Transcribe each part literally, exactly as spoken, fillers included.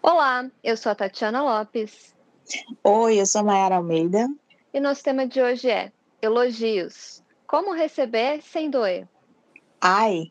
Olá, eu sou a Tatiana Lopes. Oi, eu sou a Mayara Almeida. E nosso tema de hoje é elogios. Como receber sem doer? Ai!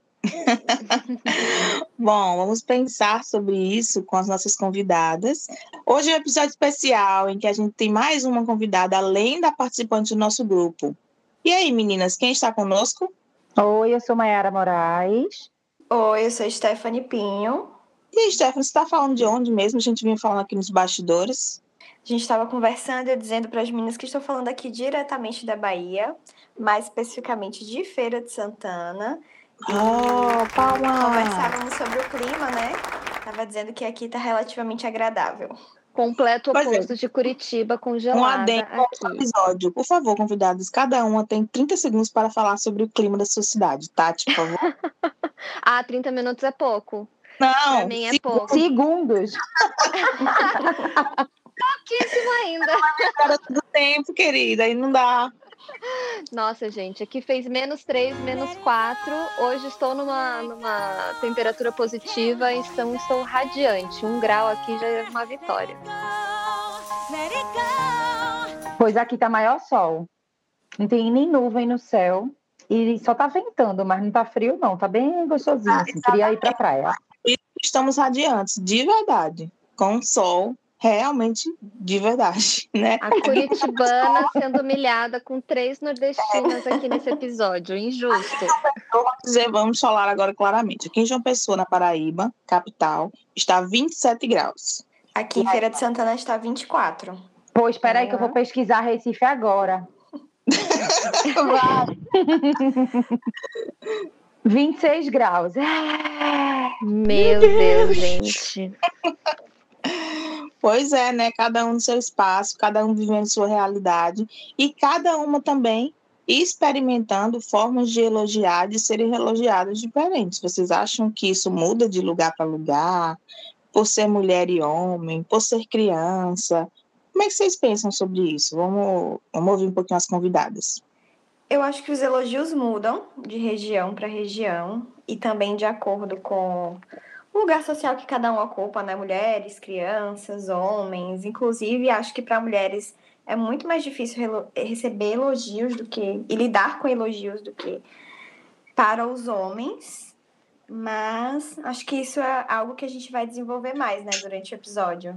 Bom, vamos pensar sobre isso com as nossas convidadas. Hoje é um episódio especial em que a gente tem mais uma convidada além da participante do nosso grupo. E aí, meninas, quem está conosco? Oi, eu sou Mayara Moraes. Oi, eu sou Stephanie Pinho. E aí, Stephanie, você está falando de onde mesmo? A gente vinha falando aqui nos bastidores. A gente estava conversando e eu dizendo para as meninas que estou falando aqui diretamente da Bahia, mais especificamente de Feira de Santana. Oh, palmas! Conversávamos sobre o clima, né? Tava dizendo que aqui tá relativamente agradável. Completo Pois é. oposto de Curitiba, Um congelada adendo ao aqui. episódio. Por favor, convidados, cada uma tem trinta segundos para falar sobre o clima da sua cidade. Tati, por favor. Ah, trinta minutos é pouco. Pra Não, mim é se- pouco. Segundos. Pouquíssimo ainda. Era todo tempo, querida, aí não dá. Nossa, gente, aqui fez menos três, menos quatro. Hoje estou numa, numa temperatura positiva e estou, estou radiante. Um grau aqui já é uma vitória. Pois aqui tá maior sol. Não tem nem nuvem no céu. E só tá ventando, mas não tá frio, não. Tá bem gostosinho, assim. Queria ir pra praia. Estamos radiantes, de verdade, com sol, realmente de verdade, né? A curitibana sendo humilhada com três nordestinas aqui nesse episódio. Injusto. Vamos dizer, vamos falar agora claramente. Aqui em João Pessoa, na Paraíba, capital, está vinte e sete graus. Aqui em Feira de Santana está vinte e quatro. Pô, espera aí que eu vou pesquisar Recife agora. Vai. vinte e seis graus. É. Meu Deus, gente. Pois é, né? Cada um no seu espaço, cada um vivendo sua realidade e cada uma também experimentando formas de elogiar, de serem elogiadas diferentes. Vocês acham que isso muda de lugar para lugar, por ser mulher e homem, por ser criança? Como é que vocês pensam sobre isso? Vamos, vamos ouvir um pouquinho as convidadas. Eu acho que os elogios mudam de região para região e também de acordo com o lugar social que cada um ocupa, né? Mulheres, crianças, homens. Inclusive, acho que para mulheres é muito mais difícil relo- receber elogios do que e lidar com elogios do que para os homens. Mas acho que isso é algo que a gente vai desenvolver mais, né, durante o episódio.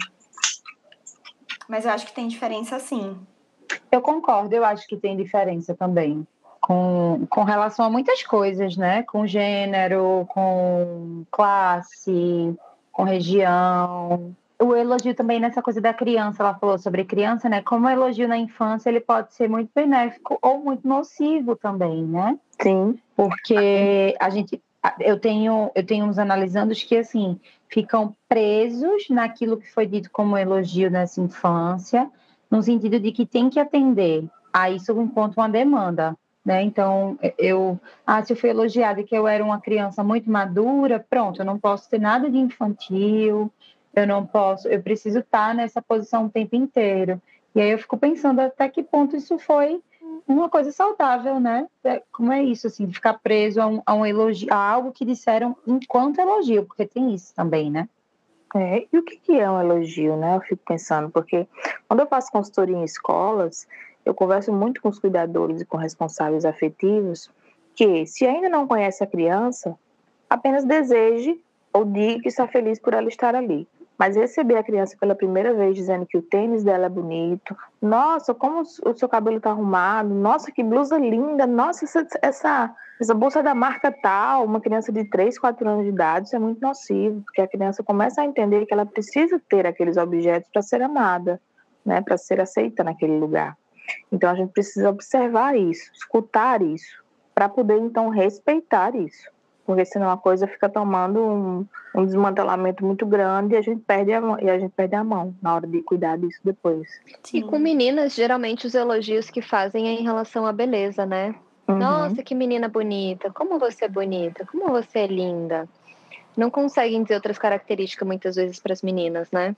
Mas eu acho que tem diferença sim. Eu concordo, eu acho que tem diferença também. Com, com relação a muitas coisas, né? Com gênero, com classe, com região. O elogio também nessa coisa da criança, ela falou sobre criança, né? Como o elogio na infância, ele pode ser muito benéfico ou muito nocivo também, né? Sim. Porque a gente, eu tenho, eu tenho uns analisandos que, assim, ficam presos naquilo que foi dito como elogio nessa infância, no sentido de que tem que atender a isso enquanto uma demanda, né? Então, eu, ah, se eu fui elogiada que eu era uma criança muito madura, pronto, eu não posso ter nada de infantil, eu não posso, eu preciso estar nessa posição o tempo inteiro. E aí eu fico pensando até que ponto isso foi uma coisa saudável, né? Como é isso, assim, de ficar preso a um, a um elogio, a algo que disseram enquanto elogio, porque tem isso também, né? É, e o que que é um elogio, né? Eu fico pensando, porque quando eu faço consultoria em escolas, eu converso muito com os cuidadores e com responsáveis afetivos, que se ainda não conhece a criança, apenas deseje ou diga que está feliz por ela estar ali. Mas receber a criança pela primeira vez dizendo que o tênis dela é bonito, nossa, como o seu cabelo está arrumado, nossa, que blusa linda, nossa, essa, essa, essa bolsa da marca tal, uma criança de três, quatro anos de idade, isso é muito nocivo, porque a criança começa a entender que ela precisa ter aqueles objetos para ser amada, né, para ser aceita naquele lugar. Então a gente precisa observar isso, escutar isso, para poder então respeitar isso. Porque senão a coisa fica tomando um, um desmantelamento muito grande e a gente perde a, e a gente perde a mão na hora de cuidar disso depois. E com meninas, geralmente os elogios que fazem é em relação à beleza, né? Uhum. Nossa, que menina bonita, como você é bonita, como você é linda. Não conseguem dizer outras características muitas vezes para as meninas, né?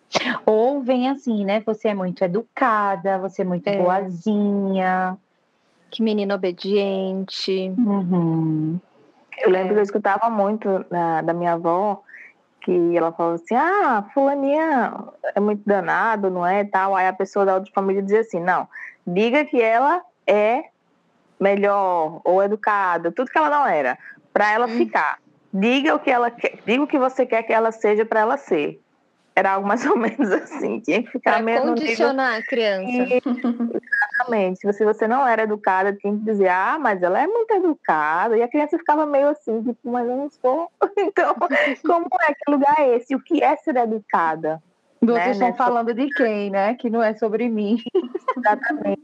Ou vem assim, né? Você é muito educada, você é muito É. boazinha. Que menina obediente. Uhum. Eu lembro que eu escutava muito da, da minha avó que ela falava assim, ah, fulaninha é muito danado, não é, tal. Aí a pessoa da outra família dizia assim, não, diga que ela é melhor ou educada, tudo que ela não era, para ela hum. ficar. Diga o que ela quer, diga o que você quer que ela seja para ela ser. Era algo mais ou menos assim, tinha que ficar meio no nível... condicionar a criança. E, exatamente. Se você não era educada, tinha que dizer, ah, mas ela é muito educada. E a criança ficava meio assim, tipo, mas eu não sou. Então, como é? Que lugar é esse? O que é ser educada? Vocês né? estão Nessa... falando de quem, né? Que não é sobre mim. Exatamente.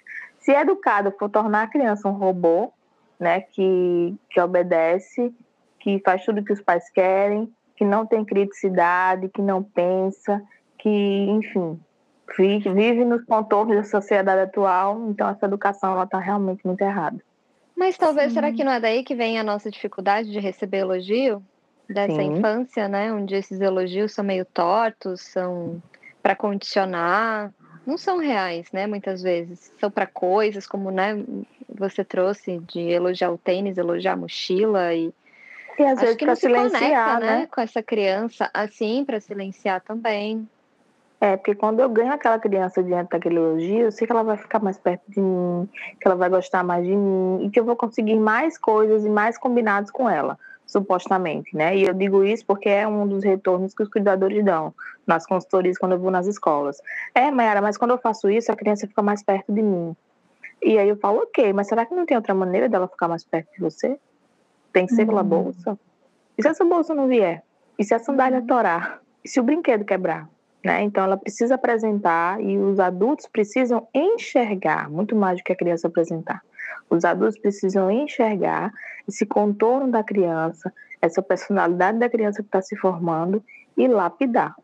Se educada for tornar a criança um robô, né? Que, que obedece, que faz tudo que os pais querem, que não tem criticidade, que não pensa, que, enfim, vive, vive nos contornos da sociedade atual. Então, essa educação está realmente muito errada. Mas talvez, Sim. será que não é daí que vem a nossa dificuldade de receber elogio? Dessa Sim. infância, né? Onde esses elogios são meio tortos, são para condicionar, não são reais, né? Muitas vezes. São para coisas como, né? Você trouxe de elogiar o tênis, elogiar a mochila e E às vezes para silenciar, conecta, né? Com essa criança, assim, para silenciar também. É, porque quando eu ganho aquela criança diante daquele elogio, eu sei que ela vai ficar mais perto de mim, que ela vai gostar mais de mim e que eu vou conseguir mais coisas e mais combinados com ela, supostamente, né? E eu digo isso porque é um dos retornos que os cuidadores dão nas consultorias quando eu vou nas escolas. É, Mayara, mas quando eu faço isso, a criança fica mais perto de mim. E aí eu falo, ok, mas será que não tem outra maneira dela ficar mais perto de você? Tem que ser pela bolsa? E se essa bolsa não vier? E se a sandália torar? E se o brinquedo quebrar? Né? Então ela precisa apresentar e os adultos precisam enxergar, muito mais do que a criança apresentar. Os adultos precisam enxergar esse contorno da criança, essa personalidade da criança que está se formando e lapidar.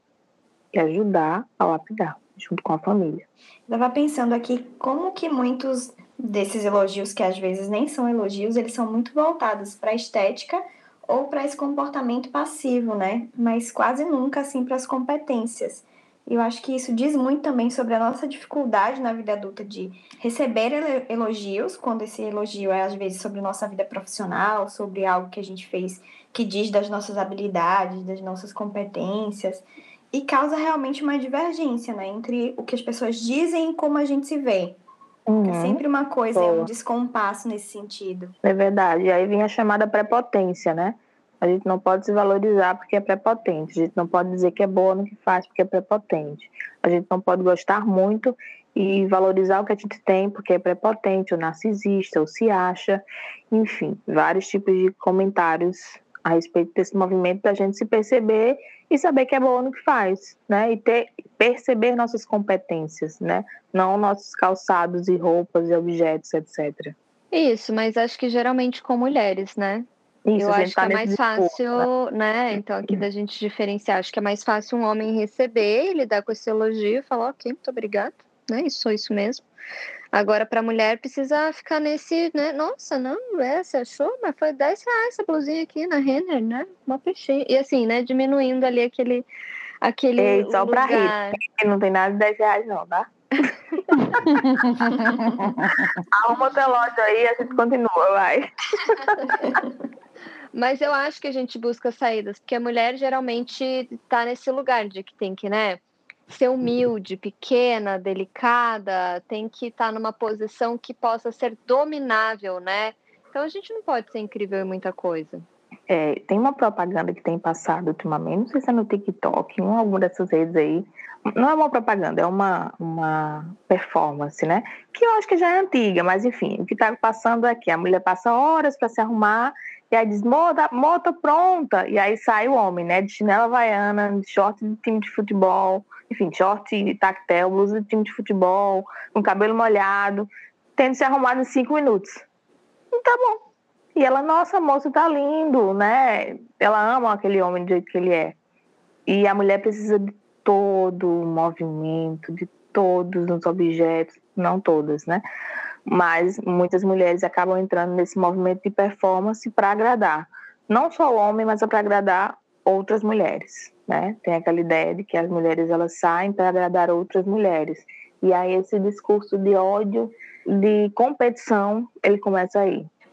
E ajudar a lapidar, junto com a família. Eu estava pensando aqui como que muitos desses elogios, que às vezes nem são elogios, eles são muito voltados para a estética ou para esse comportamento passivo, né? Mas quase nunca, assim, para as competências. Eu acho que isso diz muito também sobre a nossa dificuldade na vida adulta de receber elogios, quando esse elogio é, às vezes, sobre nossa vida profissional, sobre algo que a gente fez, que diz das nossas habilidades, das nossas competências, e causa realmente uma divergência, né? Entre o que as pessoas dizem e como a gente se vê. Uhum. É sempre uma coisa, é um descompasso nesse sentido. É verdade. E aí vem a chamada prepotência, né? A gente não pode se valorizar porque é prepotente. A gente não pode dizer que é boa no que faz porque é prepotente. A gente não pode gostar muito e valorizar o que a gente tem porque é prepotente, ou narcisista, ou se acha. Enfim, vários tipos de comentários a respeito desse movimento da gente se perceber e saber que é boa no que faz, né? E ter, perceber nossas competências, né? Não nossos calçados e roupas e objetos, etcétera. Isso, mas acho que geralmente com mulheres, né? Isso, eu acho tá que é mais fácil, discurso, né? né? Então, aqui da gente diferenciar, acho que é mais fácil um homem receber, lidar com esse elogio e falar, ok, muito obrigada, né? Isso, sou isso mesmo. Agora, para a mulher, precisa ficar nesse, né? Nossa, não, é, você achou? Mas foi dez reais essa blusinha aqui na Renner, né? Uma peixinha. E assim, né? Diminuindo ali aquele, aquele Ei, só lugar. Pra rir, não tem nada de dez reais não, tá? Arruma outra loja aí, a gente continua, vai. Mas eu acho que a gente busca saídas, porque a mulher geralmente está nesse lugar de que tem que, né, ser humilde, pequena, delicada, tem que estar tá numa posição que possa ser dominável, né? Então a gente não pode ser incrível em muita coisa. É, tem uma propaganda que tem passado ultimamente, não sei se é no TikTok, em alguma dessas redes aí. Não é uma propaganda, é uma, uma performance, né? Que eu acho que já é antiga, mas enfim, o que está passando é que a mulher passa horas para se arrumar e aí diz, moto, moto pronta, e aí sai o homem, né? De chinela havaiana, de short de time de futebol, enfim, short de tactel, blusa de time de futebol, com cabelo molhado, tendo se arrumado em cinco minutos. E tá bom. E ela, nossa, moço, tá lindo, né? Ela ama aquele homem do jeito que ele é. E a mulher precisa de todo o movimento, de todos os objetos, não todas, né? Mas muitas mulheres acabam entrando nesse movimento de performance para agradar. Não só o homem, mas para agradar outras mulheres, né? Tem aquela ideia de que as mulheres elas saem para agradar outras mulheres. E aí esse discurso de ódio, de competição, ele começa aí.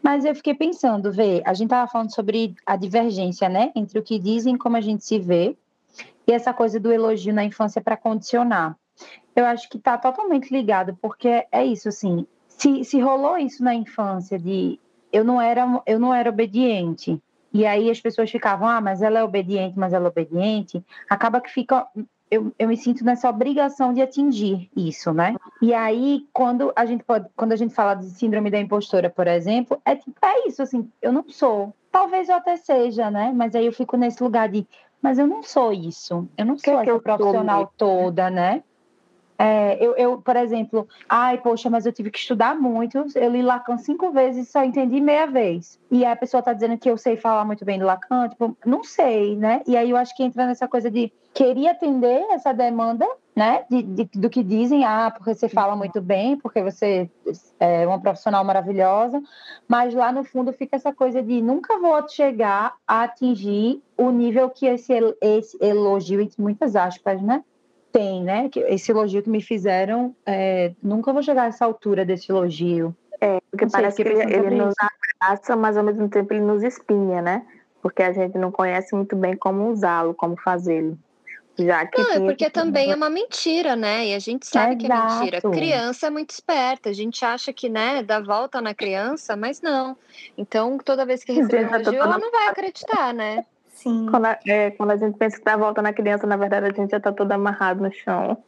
Mas eu fiquei pensando, vê, a gente estava falando sobre a divergência, né, entre o que dizem e como a gente se vê, e essa coisa do elogio na infância para condicionar. Eu acho que está totalmente ligado, porque é isso, assim, se, se rolou isso na infância de eu não era, eu não era obediente, e aí as pessoas ficavam, ah, mas ela é obediente, mas ela é obediente, acaba que fica... Eu, eu me sinto nessa obrigação de atingir isso, né? E aí, quando a gente pode, quando a gente fala de síndrome da impostora, por exemplo, é tipo, é isso, assim, eu não sou. Talvez eu até seja, né? Mas aí eu fico nesse lugar de, mas eu não sou isso. Eu não que sou é que essa eu profissional toda, né? É, eu, eu, por exemplo, ai, poxa, mas eu tive que estudar muito, eu li Lacan cinco vezes e só entendi meia vez. E a pessoa tá dizendo que eu sei falar muito bem de Lacan, tipo, não sei, né? E aí eu acho que entra nessa coisa de queria atender essa demanda, né? De, de, do que dizem, ah, porque você fala muito bem, porque você é uma profissional maravilhosa, mas lá no fundo fica essa coisa de nunca vou chegar a atingir o nível que esse, esse elogio, entre muitas aspas, né? Tem, né? Esse elogio que me fizeram, é, nunca vou chegar a essa altura desse elogio. É, porque Não sei, parece que fiquei ele, pensando ele sobre nos isso. abraça, mas ao mesmo tempo ele nos espinha, né? Porque a gente não conhece muito bem como usá-lo, como fazê-lo. Já que Não, é tinha que porque também é uma mentira, né? E a gente sabe que é mentira. Exato. Criança é muito esperta. A gente acha que, né, dá volta na criança, mas não. Então, toda vez que receber um Gente, eu tô elogio, ela toda- não vai acreditar, né? Sim. Quando a, é, quando a gente pensa que dá volta na criança, na verdade a gente já tá todo amarrado no chão.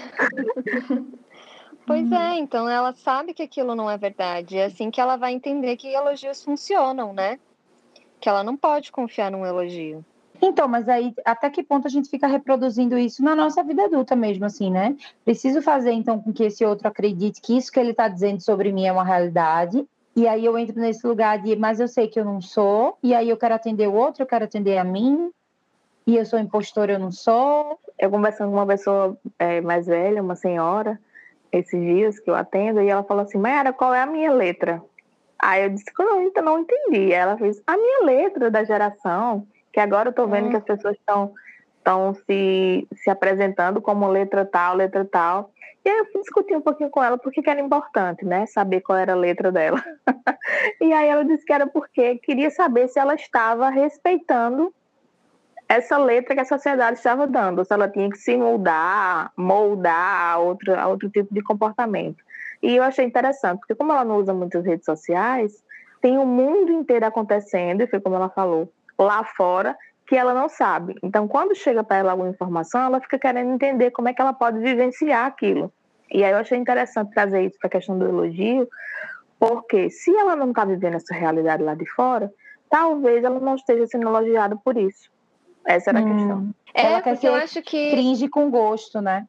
Pois é, então ela sabe que aquilo não é verdade. É assim que ela vai entender que elogios funcionam, né? Que ela não pode confiar num elogio. Então, mas aí até que ponto a gente fica reproduzindo isso na nossa vida adulta mesmo, assim, né? Preciso fazer, então, com que esse outro acredite que isso que ele está dizendo sobre mim é uma realidade. E aí eu entro nesse lugar de, mas eu sei que eu não sou. E aí eu quero atender o outro, eu quero atender a mim. E eu sou impostora, eu não sou. Eu conversando com uma pessoa é, mais velha, uma senhora, esses dias que eu atendo, e ela falou assim, Mayara, qual é a minha letra? Aí eu disse que eu ainda não entendi. Aí ela fez, a minha letra da geração, que agora eu tô vendo Hum. que as pessoas estão estão se, se apresentando como letra tal, letra tal. E aí eu fui discutir um pouquinho com ela porque que era importante, né? Saber qual era a letra dela. E aí ela disse que era porque queria saber se ela estava respeitando essa letra que a sociedade estava dando, ou se ela tinha que se moldar, moldar a outro, a outro tipo de comportamento. E eu achei interessante, porque como ela não usa muitas redes sociais, tem o mundo inteiro acontecendo, e foi como ela falou, lá fora, que ela não sabe. Então, quando chega para ela alguma informação, ela fica querendo entender como é que ela pode vivenciar aquilo. E aí eu achei interessante trazer isso para a questão do elogio, porque se ela não está vivendo essa realidade lá de fora, talvez ela não esteja sendo elogiada por isso. Essa era a Hum. questão. É, Ela quer porque eu ser acho que... cringe com gosto, né?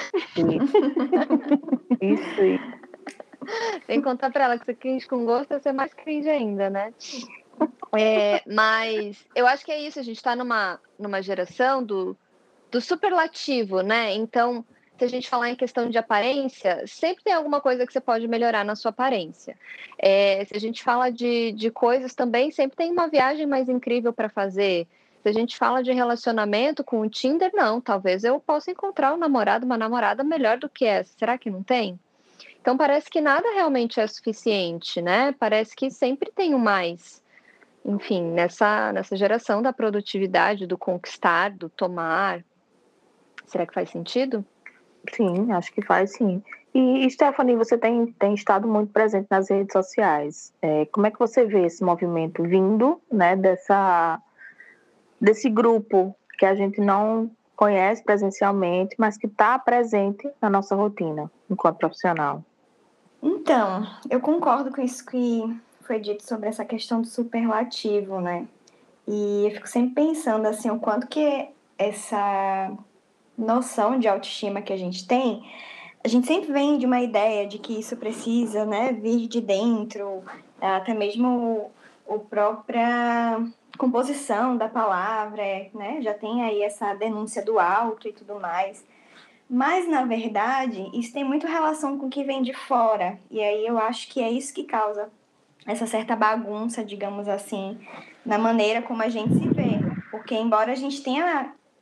Isso, isso. Tem que contar pra ela que ser cringe com gosto é ser mais cringe ainda, né? É, mas eu acho que é isso, a gente tá numa, numa geração do, do superlativo, né? Então, se a gente falar em questão de aparência, sempre tem alguma coisa que você pode melhorar na sua aparência. É, se a gente fala de, de coisas também, sempre tem uma viagem mais incrível para fazer. Se a gente fala de relacionamento com o Tinder, não, talvez eu possa encontrar um namorado, uma namorada melhor do que essa. Será que não tem? Então parece que nada realmente é suficiente, né? Parece que sempre tem o mais. Enfim, nessa, nessa geração da produtividade, do conquistar, do tomar. Será que faz sentido? Sim, acho que faz sim. E, Stephanie, você tem, tem estado muito presente nas redes sociais. É, como é que você vê esse movimento vindo, né, dessa, desse grupo que a gente não conhece presencialmente, mas que está presente na nossa rotina enquanto profissional? Então, eu concordo com isso que foi dito sobre essa questão do superlativo, né? E eu fico sempre pensando, assim, o quanto que essa noção de autoestima que a gente tem, a gente sempre vem de uma ideia de que isso precisa, né, vir de dentro, até mesmo a própria composição da palavra, né, já tem aí essa denúncia do alto e tudo mais. Mas, na verdade, isso tem muito relação com o que vem de fora. E aí eu acho que é isso que causa essa certa bagunça, digamos assim, na maneira como a gente se vê. Porque, embora a gente tenha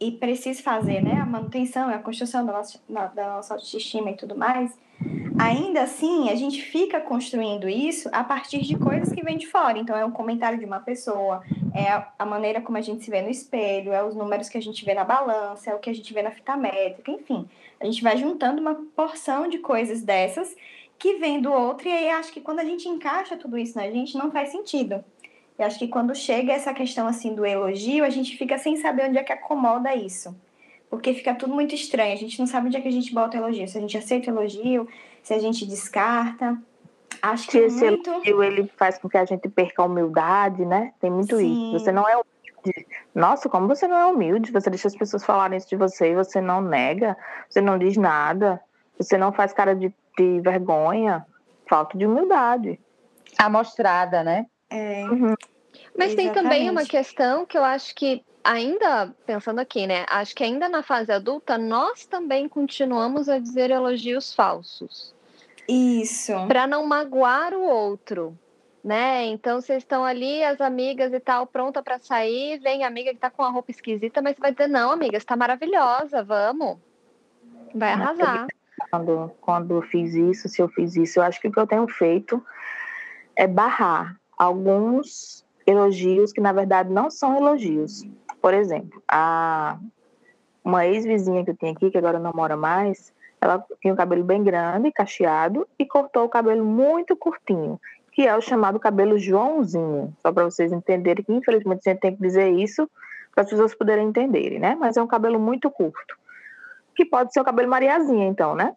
e precisa fazer, né, a manutenção, a construção da nossa, da nossa autoestima e tudo mais, ainda assim, a gente fica construindo isso a partir de coisas que vêm de fora. Então, é um comentário de uma pessoa, é a maneira como a gente se vê no espelho, é os números que a gente vê na balança, é o que a gente vê na fita métrica, enfim. A gente vai juntando uma porção de coisas dessas que vem do outro, e aí acho que quando a gente encaixa tudo isso na gente, não faz sentido. Eu acho que quando chega essa questão assim do elogio, a gente fica sem saber onde é que acomoda isso. Porque fica tudo muito estranho. A gente não sabe onde é que a gente bota o elogio. Se a gente aceita o elogio, se a gente descarta. Acho que Se esse muito... elogio, ele faz com que a gente perca a humildade, né? Tem muito Sim. isso. Você não é humilde. Nossa, como você não é humilde? Você deixa as pessoas falarem isso de você e você não nega, você não diz nada, você não faz cara de, de vergonha. Falta de humildade. Amostrada, né? É. Uhum. Mas tem Exatamente. também uma questão que eu acho que, ainda pensando aqui, né? Acho que ainda na fase adulta, nós também continuamos a dizer elogios falsos. Isso. Para não magoar o outro, né? Então, vocês estão ali, as amigas e tal, pronta para sair, vem a amiga que tá com a roupa esquisita, mas você vai dizer, não, amiga, você tá maravilhosa, vamos. Vai arrasar. Quando, quando eu fiz isso, se eu fiz isso, eu acho que o que eu tenho feito é barrar alguns elogios que, na verdade, não são elogios. Por exemplo, a, uma ex-vizinha que eu tenho aqui, que agora não mora mais, ela tinha o cabelo bem grande, cacheado, e cortou o cabelo muito curtinho, que é o chamado cabelo Joãozinho. Só para vocês entenderem que, infelizmente, a gente tem que dizer isso para as pessoas poderem entenderem, né? Mas é um cabelo muito curto, que pode ser o cabelo Mariazinha, então, né?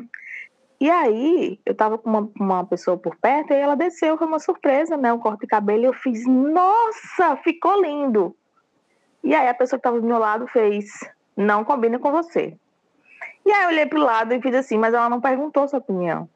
E aí, eu tava com uma, uma pessoa por perto e ela desceu, foi uma surpresa, né? Um corte de cabelo e eu fiz, nossa, ficou lindo. E aí a pessoa que tava do meu lado fez, não combina com você. E aí eu olhei pro lado e fiz assim, mas ela não perguntou sua opinião.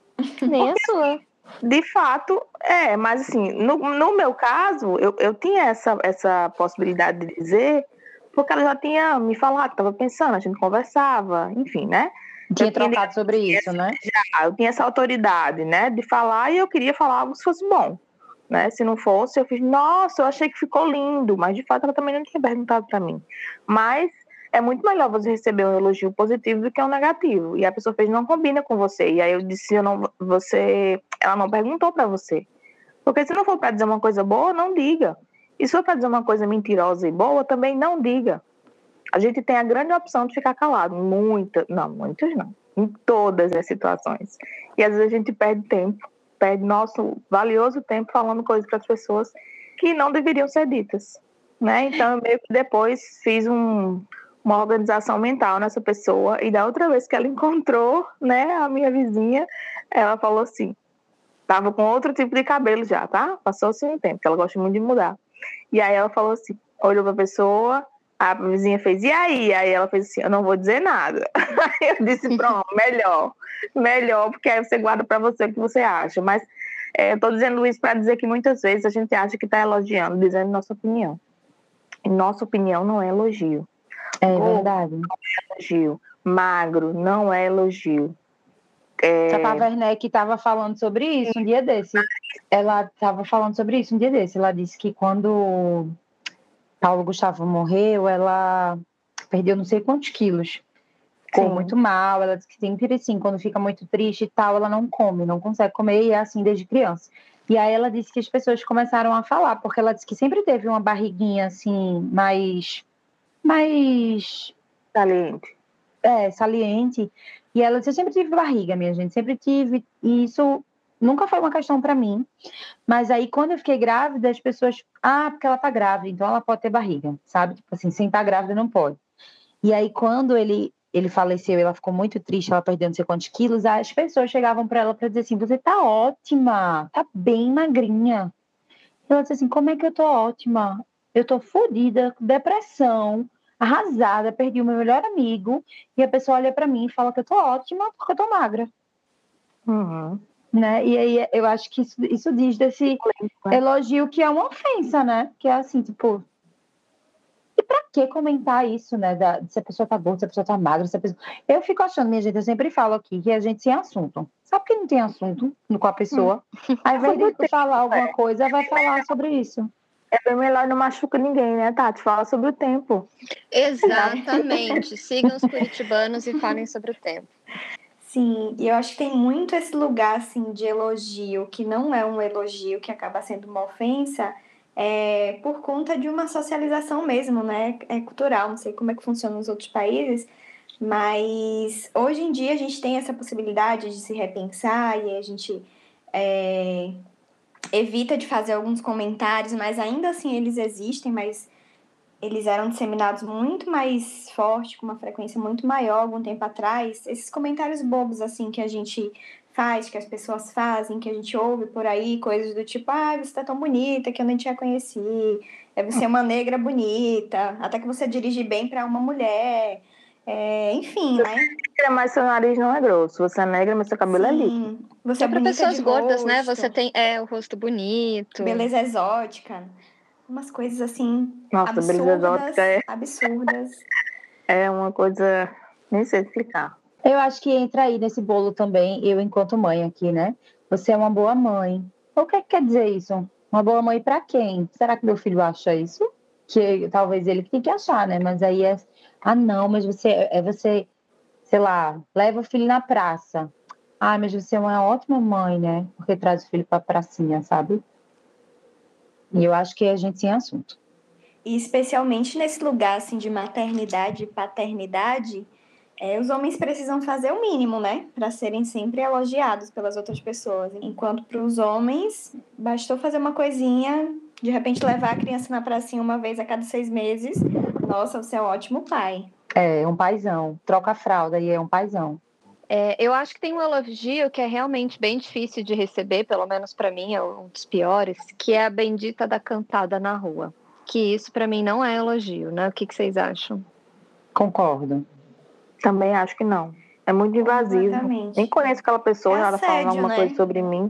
Nem a sua. De fato, é, mas assim, no, no meu caso, eu, eu tinha essa, essa possibilidade de dizer, porque ela já tinha me falado, estava pensando, a gente conversava, enfim, né? Tinha Eu tinha- trocado sobre isso, né? Ah, eu tinha essa autoridade, né, de falar e eu queria falar algo se fosse bom, né? Se não fosse, eu fiz, nossa, eu achei que ficou lindo, mas de fato ela também não tinha perguntado para mim. Mas é muito melhor você receber um elogio positivo do que um negativo. E a pessoa fez, não combina com você. E aí eu disse, eu não, você, ela não perguntou para você. Porque se não for para dizer uma coisa boa, não diga. E se for para dizer uma coisa mentirosa e boa, também não diga. A gente tem a grande opção de ficar calado. Muitas, não, muitas não. Em todas as situações. E às vezes a gente perde tempo, perde nosso valioso tempo falando coisas para as pessoas que não deveriam ser ditas, né? Então eu meio que depois fiz um, uma organização mental nessa pessoa e da outra vez que ela encontrou, né, a minha vizinha, ela falou assim, tava com outro tipo de cabelo já, tá? Passou-se um tempo, que ela gosta muito de mudar. E aí ela falou assim, olhou para a pessoa, a vizinha fez, e aí? Aí ela fez assim, eu não vou dizer nada. Aí eu disse, pronto, melhor, melhor, porque aí você guarda para você o que você acha. Mas é, eu tô dizendo isso para dizer que muitas vezes a gente acha que tá elogiando, dizendo nossa opinião. E nossa opinião não é elogio. É Gordo verdade. não é elogio. Magro não é elogio. É... A Werneck estava falando sobre isso um dia desse. Ela estava falando sobre isso um dia desse. Ela disse que quando Paulo Gustavo morreu, ela perdeu não sei quantos quilos. Ficou Sim. muito mal. Ela disse que sempre assim, quando fica muito triste e tal, ela não come, não consegue comer, e é assim desde criança. E aí ela disse que as pessoas começaram a falar, porque ela disse que sempre teve uma barriguinha assim, mais... mais... Saliente. É, saliente. E ela disse, eu sempre tive barriga, minha gente, sempre tive. E isso nunca foi uma questão para mim. Mas aí, quando eu fiquei grávida, as pessoas... Ah, porque ela tá grávida, então ela pode ter barriga, sabe? Tipo assim, sem estar grávida não pode. E aí, quando ele, ele faleceu, ela ficou muito triste, ela perdeu não sei quantos quilos, as pessoas chegavam para ela para dizer assim, você tá ótima, tá bem magrinha. Ela disse assim, como é que eu tô ótima? Eu tô fodida, com depressão, arrasada, perdi o meu melhor amigo, e a pessoa olha para mim e fala que eu tô ótima porque eu tô magra. Uhum. Né? E aí eu acho que isso, isso diz desse elogio que é uma ofensa, né? Que é assim, tipo... E pra que comentar isso, né? Da, se a pessoa tá gorda, se a pessoa tá magra, se a pessoa... Eu fico achando, minha gente, eu sempre falo aqui que a gente sem assunto. Sabe que não tem assunto com a pessoa? Ao invés de falar alguma coisa, vai falar sobre isso. É bem melhor não machuca ninguém, né, Tati? Fala sobre o tempo. Exatamente. Sigam os curitibanos e falem sobre o tempo. Sim, e eu acho que tem muito esse lugar, assim, de elogio, que não é um elogio, que acaba sendo uma ofensa, é, por conta de uma socialização mesmo, né? É cultural, não sei como é que funciona nos outros países, mas hoje em dia a gente tem essa possibilidade de se repensar e a gente é, evita de fazer alguns comentários, mas ainda assim eles existem, mas eles eram disseminados muito mais forte, com uma frequência muito maior algum tempo atrás. Esses comentários bobos, assim, que a gente faz, que as pessoas fazem, que a gente ouve por aí, coisas do tipo, ah, você tá tão bonita que eu nem te reconheci, é você é uma negra bonita, até que você dirige bem para uma mulher, é, enfim, né? Mas seu nariz não é grosso, você é negra, mas seu cabelo Sim, é líquido. você é é para bonita pessoas de gordas, rosto, né? Você tem é, o rosto bonito. beleza exótica, umas coisas assim, Nossa, beleza exótica absurdas, é, absurdas. é uma coisa, nem sei explicar. Eu acho que entra aí nesse bolo também, eu enquanto mãe aqui, né? Você é uma boa mãe. O que, é que quer dizer isso? Uma boa mãe para quem? Será que meu filho acha isso? Que talvez ele tem que achar, né? Mas aí é, ah, não, mas você é você, sei lá, leva o filho na praça. Ah, mas você é uma ótima mãe, né? Porque traz o filho para a pracinha, sabe? E eu acho que a gente sem assunto. E especialmente nesse lugar assim de maternidade e paternidade, é, os homens precisam fazer o mínimo, né? Para serem sempre elogiados pelas outras pessoas. Enquanto para os homens, bastou fazer uma coisinha, de repente levar a criança na pracinha uma vez a cada seis meses. Nossa, você é um ótimo pai. É, um paizão. Troca a fralda e é um paizão. É, eu acho que tem um elogio que é realmente bem difícil de receber, pelo menos para mim é um dos piores, que é a bendita da cantada na rua. Que isso para mim não é elogio, né? O que, que vocês acham? Concordo. Também acho que não. É muito invasivo. Nem conheço aquela pessoa, é ela assédio, falando alguma né? coisa sobre mim.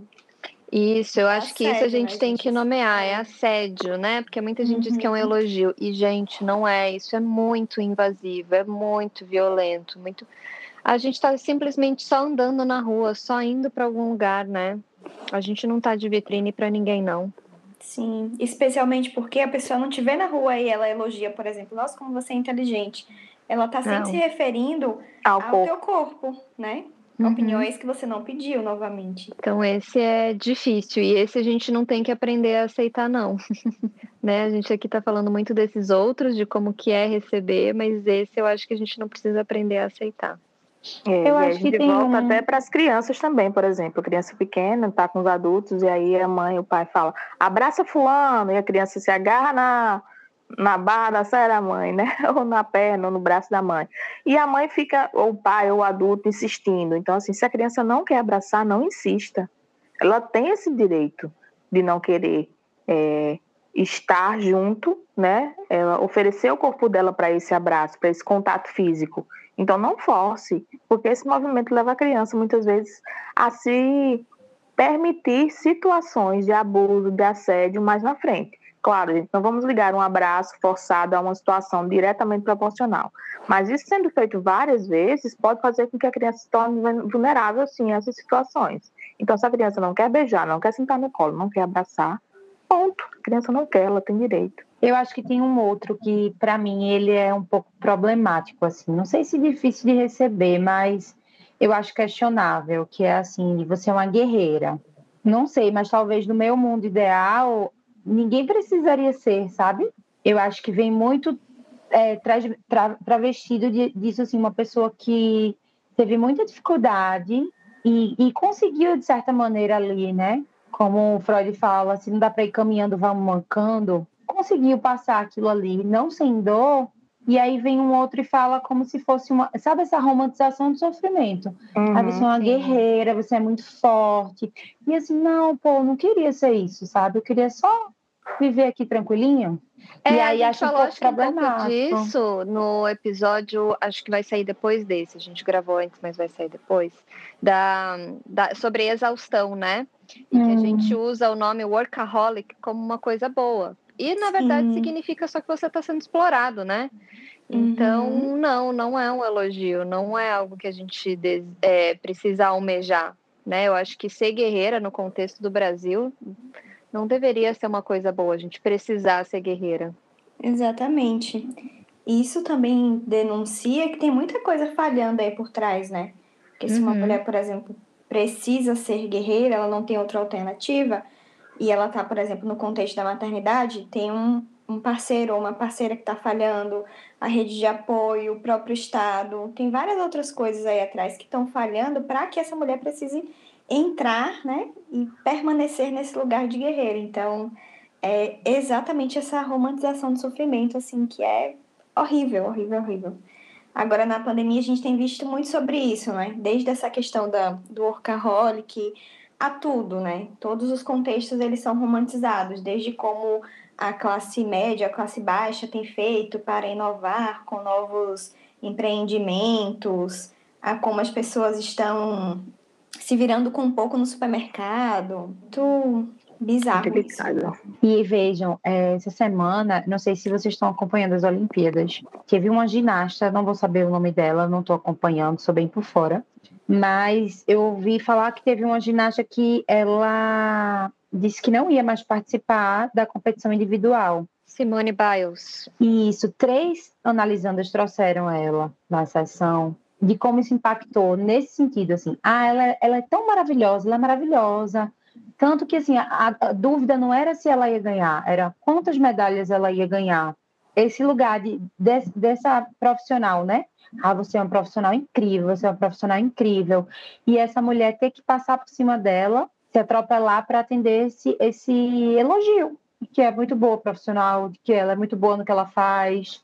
Isso, eu É acho que isso a assédio, gente né, tem gente? que nomear, é assédio, né? Porque muita gente diz que é um elogio. E, gente, não é. Isso é muito invasivo, é muito violento, muito. A gente tá simplesmente só andando na rua, só indo para algum lugar, né? A gente não tá de vitrine para ninguém, não. Sim, especialmente porque a pessoa não te vê na rua e ela elogia, por exemplo, nossa, como você é inteligente. Ela tá sempre Não. se referindo Ao ao corpo. teu corpo, né? Uhum. Opiniões que você não pediu novamente. Então esse é difícil e esse a gente não tem que aprender a aceitar, não. Né? A gente aqui tá falando muito desses outros, de como que é receber, mas esse eu acho que a gente não precisa aprender a aceitar. É, Eu e acho a que gente tem volta um... até para as crianças também, por exemplo. Criança pequena tá com os adultos e aí a mãe, o pai fala, abraça fulano, e a criança se agarra na, na barra da saia da mãe, né? Ou na perna, ou no braço da mãe. E a mãe fica, ou o pai, ou o adulto, insistindo. Então, assim, se a criança não quer abraçar, não insista. Ela tem esse direito de não querer é, estar junto, né? Ela oferecer o corpo dela para esse abraço, para esse contato físico. Então, não force, porque esse movimento leva a criança, muitas vezes, a se permitir situações de abuso, de assédio mais na frente. Claro, gente, não vamos ligar um abraço forçado a uma situação diretamente proporcional. Mas isso sendo feito várias vezes, pode fazer com que a criança se torne vulnerável, sim, a essas situações. Então, se a criança não quer beijar, não quer sentar no colo, não quer abraçar, ponto. A criança não quer, ela tem direito. Eu acho que tem um outro que, para mim, ele é um pouco problemático, assim. Não sei se difícil de receber, mas eu acho questionável, que é assim, você é uma guerreira. Não sei, mas talvez no meu mundo ideal, ninguém precisaria ser, sabe? Eu acho que vem muito é, tra- travestido de, disso, assim, uma pessoa que teve muita dificuldade e, e conseguiu, de certa maneira, ali, né? Como o Freud fala, assim, não dá para ir caminhando, vamos mancando. Conseguiu passar aquilo ali, não sem dor, e aí vem um outro e fala como se fosse uma... Sabe essa romantização do sofrimento? Uhum, aí você é uma sim. guerreira, você é muito forte. E assim, não, pô, não queria ser isso, sabe? Eu queria só viver aqui tranquilinho. É, e aí a gente acho um falou, pouco acho que um pouco problemático. disso no episódio, acho que vai sair depois desse, a gente gravou antes, mas vai sair depois, da, da, sobre exaustão, né? E Hum. que a gente usa o nome workaholic como uma coisa boa. E, na verdade, Sim. significa só que você está sendo explorado, né? Então, Uhum. não, não é um elogio, não é algo que a gente é, precisa almejar, né? Eu acho que ser guerreira no contexto do Brasil Não deveria ser uma coisa boa a gente precisar ser guerreira. Exatamente. Isso também denuncia que tem muita coisa falhando aí por trás, né? Porque se uma Uhum. mulher, por exemplo, precisa ser guerreira, ela não tem outra alternativa, e ela tá, por exemplo, no contexto da maternidade, tem um, um parceiro ou uma parceira que tá falhando, a rede de apoio, o próprio Estado, tem várias outras coisas aí atrás que estão falhando para que essa mulher precise entrar, né, e permanecer nesse lugar de guerreira. Então, é exatamente essa romantização do sofrimento, assim, que é horrível, horrível, horrível. Agora, na pandemia, a gente tem visto muito sobre isso, né? Desde essa questão da, do workaholic a tudo, né? Todos os contextos, eles são romantizados, desde como a classe média, a classe baixa tem feito para inovar com novos empreendimentos, a como as pessoas estão se virando com um pouco no supermercado. Muito bizarro isso. E vejam, essa semana, não sei se vocês estão acompanhando as Olimpíadas, teve uma ginasta, não vou saber o nome dela, não estou acompanhando, sou bem por fora, mas eu ouvi falar que teve uma ginasta que ela disse que não ia mais participar da competição individual. Simone Biles. Isso, três analisandas trouxeram ela na sessão de como isso impactou nesse sentido, assim, ah, ela, ela é tão maravilhosa, ela é maravilhosa, tanto que, assim, a, a dúvida não era se ela ia ganhar, era quantas medalhas ela ia ganhar. Esse lugar de, de, dessa profissional, né? Ah, você é uma profissional incrível, você é uma profissional incrível. E essa mulher ter que passar por cima dela, se atropelar para atender esse, esse elogio, que é muito boa profissional, que ela é muito boa no que ela faz.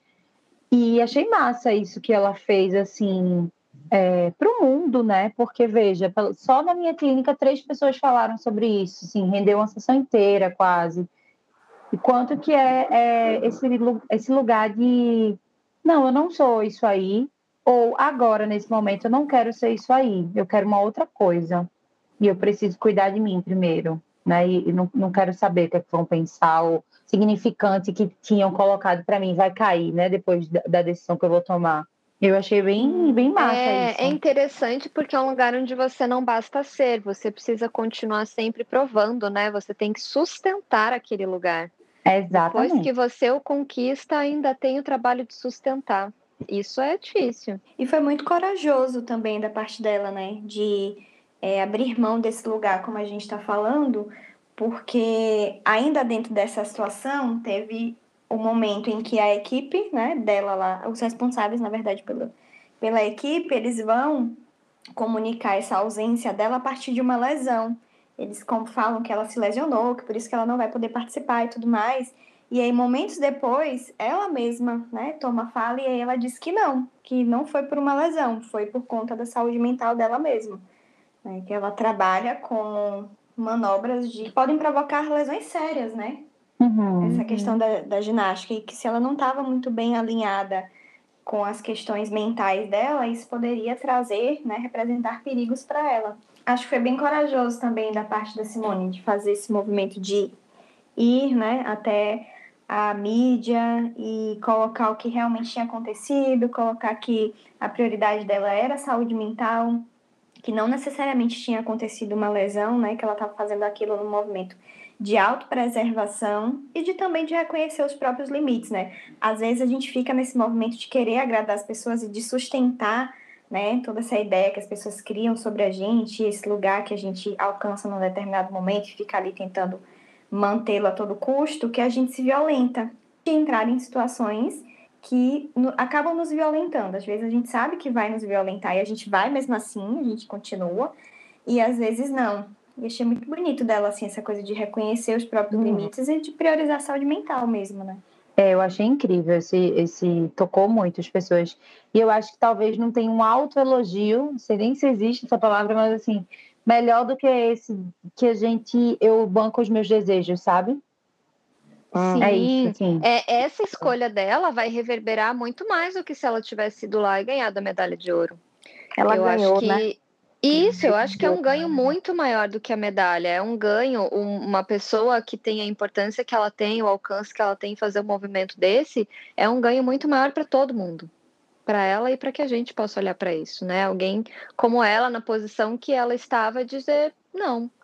E achei massa isso que ela fez, assim, é, para o mundo, né? Porque, veja, só na minha clínica três pessoas falaram sobre isso, assim, rendeu uma sessão inteira quase. E quanto que é, é esse, esse lugar de, não, eu não sou isso aí, ou agora, nesse momento, eu não quero ser isso aí, eu quero uma outra coisa. E eu preciso cuidar de mim primeiro, né? E, e não, não quero saber o que, é que vão pensar, ou significante que tinham colocado para mim vai cair, né? Depois da, da decisão que eu vou tomar. Eu achei bem, bem massa é, isso. É interessante porque é um lugar onde você não basta ser, você precisa continuar sempre provando, né? Você tem que sustentar aquele lugar. Exatamente. Depois que você o conquista, ainda tem o trabalho de sustentar. Isso é difícil. E foi muito corajoso também da parte dela, né? De é, abrir mão desse lugar, como a gente está falando, porque ainda dentro dessa situação teve o momento em que a equipe, né, dela lá, os responsáveis, na verdade, pela, pela equipe, eles vão comunicar essa ausência dela a partir de uma lesão. Eles como falam que ela se lesionou, que por isso que ela não vai poder participar e tudo mais. E aí, momentos depois, ela mesma, né, toma fala e aí ela diz que não, que não foi por uma lesão, foi por conta da saúde mental dela mesma. Né, que ela trabalha com manobras de, que podem provocar lesões sérias, né? Uhum. Essa questão da, da ginástica, e que se ela não estava muito bem alinhada com as questões mentais dela, isso poderia trazer, né, representar perigos para ela. Acho que foi bem corajoso também da parte da Simone de fazer esse movimento de ir, né, até a mídia e colocar o que realmente tinha acontecido, colocar que a prioridade dela era a saúde mental, que não necessariamente tinha acontecido uma lesão, né, que ela estava fazendo aquilo no movimento de autopreservação e de também de reconhecer os próprios limites, né? Às vezes a gente fica nesse movimento de querer agradar as pessoas e de sustentar, né, toda essa ideia que as pessoas criam sobre a gente, esse lugar que a gente alcança num determinado momento e fica ali tentando mantê-lo a todo custo, que a gente se violenta de entrar em situações que no, acabam nos violentando. Às vezes a gente sabe que vai nos violentar e a gente vai mesmo assim, a gente continua, e às vezes não. E achei muito bonito dela, assim, essa coisa de reconhecer os próprios uhum. limites e de priorizar a saúde mental mesmo, né? É, eu achei incrível, esse, esse tocou muito as pessoas. E eu acho que talvez não tenha um autoelogio, não sei nem se existe essa palavra, mas assim, melhor do que esse que a gente, eu banco os meus desejos, sabe? Sim, é isso, assim. É, essa escolha dela vai reverberar muito mais do que se ela tivesse ido lá e ganhado a medalha de ouro. Ela eu ganhou, acho que... né? Isso, eu acho que é um ganho muito maior do que a medalha. É um ganho, um, uma pessoa que tem a importância que ela tem, o alcance que ela tem em fazer um movimento desse, é um ganho muito maior para todo mundo. Para ela e para que a gente possa olhar para isso, né? Alguém como ela, na posição que ela estava, dizer, não,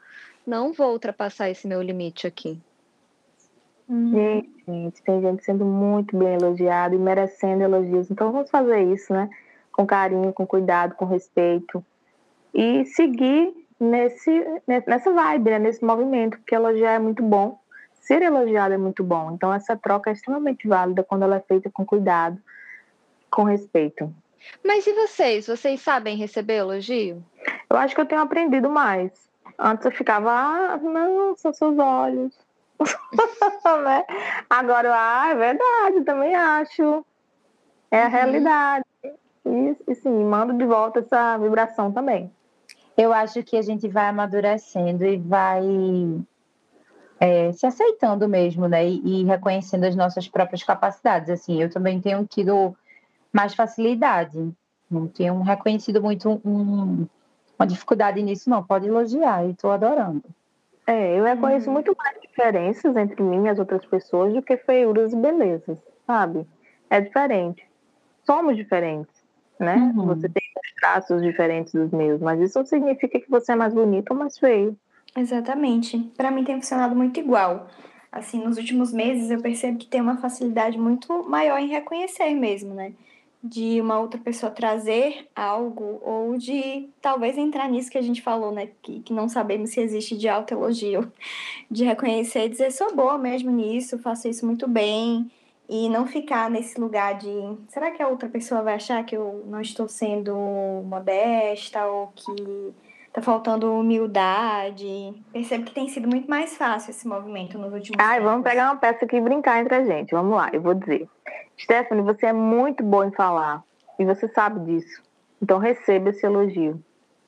não vou ultrapassar esse meu limite aqui. Gente, gente, tem gente sendo muito bem elogiada e merecendo elogios. Então vamos fazer isso, né? Com carinho, com cuidado, com respeito. E seguir nesse, nessa vibe, né? Nesse movimento, porque elogiar é muito bom. Ser elogiado é muito bom. Então essa troca é extremamente válida quando ela é feita com cuidado, com respeito. Mas e vocês? Vocês sabem receber elogio? Eu acho que eu tenho aprendido mais. Antes eu ficava, ah, não, são seus olhos. Né? Agora, ah, é verdade, também acho. É a uhum. realidade. E, e sim, mando de volta essa vibração também. Eu acho que a gente vai amadurecendo e vai é, se aceitando mesmo, né? E, e reconhecendo as nossas próprias capacidades. Assim, eu também tenho tido mais facilidade. Não tenho reconhecido muito um, uma dificuldade nisso, não. Pode elogiar, e estou adorando. É, eu reconheço uhum. muito mais diferenças entre mim e as outras pessoas do que feiuras e belezas, sabe? É diferente. Somos diferentes, né? Uhum. Você tem traços diferentes dos meus, mas isso não significa que você é mais bonito ou mais feio. Exatamente. Para mim tem funcionado muito igual. Assim, nos últimos meses eu percebo que tem uma facilidade muito maior em reconhecer mesmo, né? De uma outra pessoa trazer algo ou de talvez entrar nisso que a gente falou, né? Que, que não sabemos se existe de autoelogio. De reconhecer e dizer, sou boa mesmo nisso, faço isso muito bem. E não ficar nesse lugar de, será que a outra pessoa vai achar que eu não estou sendo modesta ou que tá faltando humildade? Percebo que tem sido muito mais fácil esse movimento nos últimos Ai, tempos. Vamos pegar uma peça aqui e brincar entre a gente. Vamos lá, eu vou dizer. Stephanie, você é muito boa em falar. E você sabe disso. Então receba esse elogio.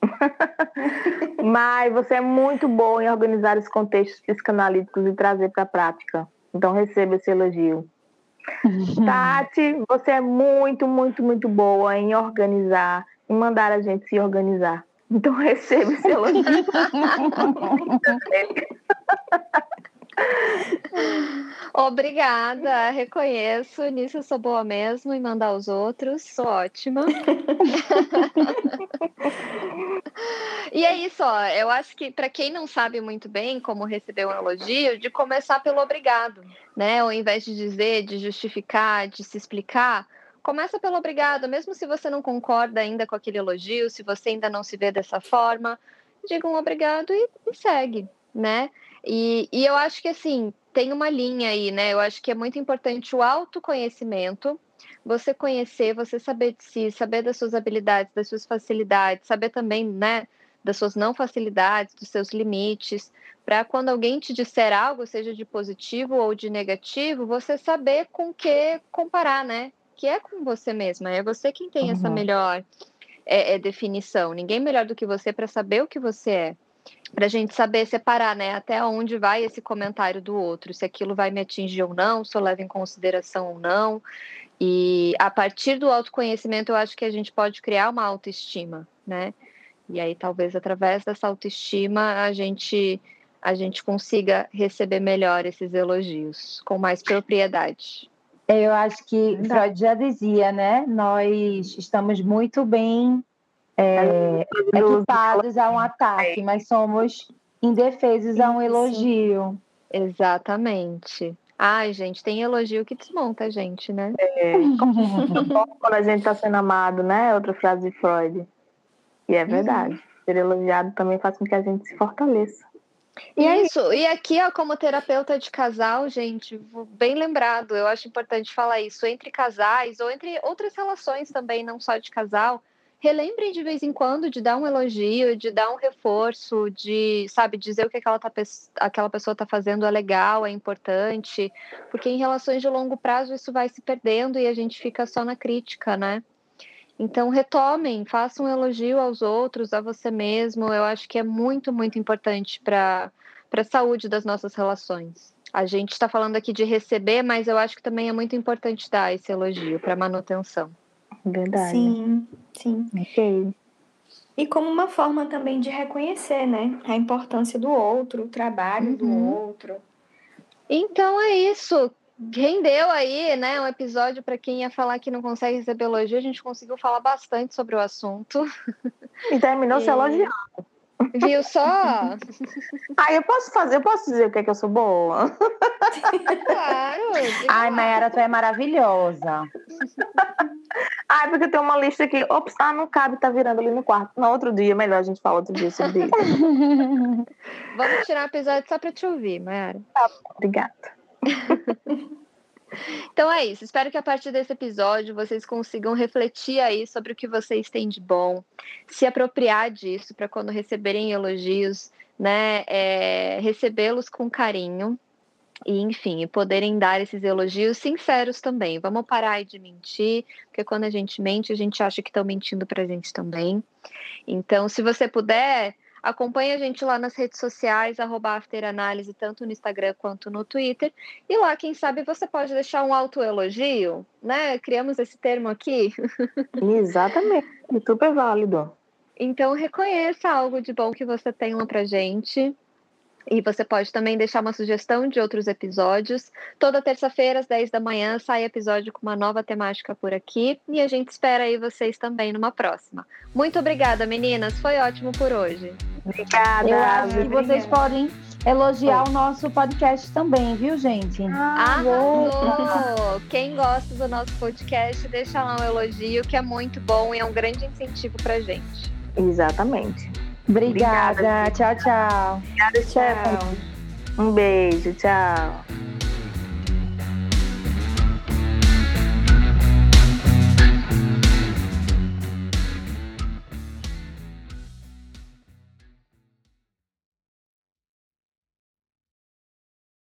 Mas você é muito boa em organizar os contextos psicanalíticos e trazer para a prática. Então receba esse elogio. Tati, você é muito, muito, muito boa em organizar, em mandar a gente se organizar. Então receba esse elogio. Obrigada, reconheço, nisso eu sou boa mesmo, em mandar os outros, sou ótima. E é isso, ó, eu acho que para quem não sabe muito bem como receber um elogio, de começar pelo obrigado, né? Ao invés de dizer, de justificar, de se explicar, começa pelo obrigado, mesmo se você não concorda ainda com aquele elogio, se você ainda não se vê dessa forma, diga um obrigado e, e segue, né? E, e eu acho que, assim, tem uma linha aí, né? Eu acho que é muito importante o autoconhecimento, você conhecer, você saber de si, saber das suas habilidades, das suas facilidades, saber também, né, das suas não facilidades, dos seus limites, para quando alguém te disser algo, seja de positivo ou de negativo, você saber com que comparar, né? Que é com você mesma, é você quem tem uhum. essa melhor é, é, definição. Ninguém melhor do que você para saber o que você é. Para a gente saber separar, né, até onde vai esse comentário do outro, se aquilo vai me atingir ou não, se eu levo em consideração ou não. E a partir do autoconhecimento, eu acho que a gente pode criar uma autoestima, né? E aí, talvez, através dessa autoestima, a gente, a gente consiga receber melhor esses elogios, com mais propriedade. Eu acho que Freud já dizia, né? Nós estamos muito bem é, equipados a um ataque, mas somos indefesos a um elogio. Exatamente. Ai, gente, tem elogio que desmonta a gente, né? É, quando a gente tá sendo amado, né? Outra frase de Freud. E é verdade. Uhum. Ser elogiado também faz com que a gente se fortaleça. E Isso, aí... e aqui, ó, como terapeuta de casal, gente, bem lembrado, eu acho importante falar isso, entre casais ou entre outras relações também, não só de casal, relembrem de vez em quando de dar um elogio, de dar um reforço, de, sabe, dizer o que aquela, tá, aquela pessoa está fazendo é legal, é importante, porque em relações de longo prazo isso vai se perdendo e a gente fica só na crítica, né? Então, retomem, façam um elogio aos outros, a você mesmo. Eu acho que é muito, muito importante para a saúde das nossas relações. A gente está falando aqui de receber, mas eu acho que também é muito importante dar esse elogio para manutenção. Verdade. Sim, sim. Ok. E como uma forma também de reconhecer, né? A importância do outro, o trabalho uhum. do outro. Então, é isso. Rendeu aí, né, um episódio para quem ia falar que não consegue receber elogio, a gente conseguiu falar bastante sobre o assunto. E terminou e... se elogiando. Viu só? Ah, eu posso fazer, eu posso dizer o que é que eu sou boa? Claro. Ai, Mayara, tu é maravilhosa. Ai, porque tem uma lista aqui. Ops, ah, não cabe, tá virando ali no quarto. No outro dia, melhor a gente fala outro dia sobre isso. Vamos tirar um episódio só pra te ouvir, Mayara. Tá, obrigada. Então é isso. Espero que a partir desse episódio vocês consigam refletir aí sobre o que vocês têm de bom, se apropriar disso para quando receberem elogios, né, é, recebê-los com carinho e, enfim, poderem dar esses elogios sinceros também. Vamos parar aí de mentir, porque quando a gente mente, a gente acha que estão mentindo pra gente também. Então, se você puder, acompanhe a gente lá nas redes sociais, arroba afteranálise, tanto no Instagram quanto no Twitter. E lá, quem sabe, você pode deixar um autoelogio, né? Criamos esse termo aqui. Exatamente, super válido. Então, reconheça algo de bom que você tem lá pra gente. E você pode também deixar uma sugestão de outros episódios. Toda terça-feira, às dez da manhã, sai episódio com uma nova temática por aqui. E a gente espera aí vocês também numa próxima. Muito obrigada, meninas. Foi ótimo por hoje. Obrigada. Eu acho que Obrigada. vocês podem elogiar o nosso podcast também, viu, gente? Arrasou! Quem gosta do nosso podcast, deixa lá um elogio, que é muito bom e é um grande incentivo pra gente. Exatamente. Obrigada. Obrigada. Tchau, tchau. Obrigada, Stephanie. Um beijo, tchau.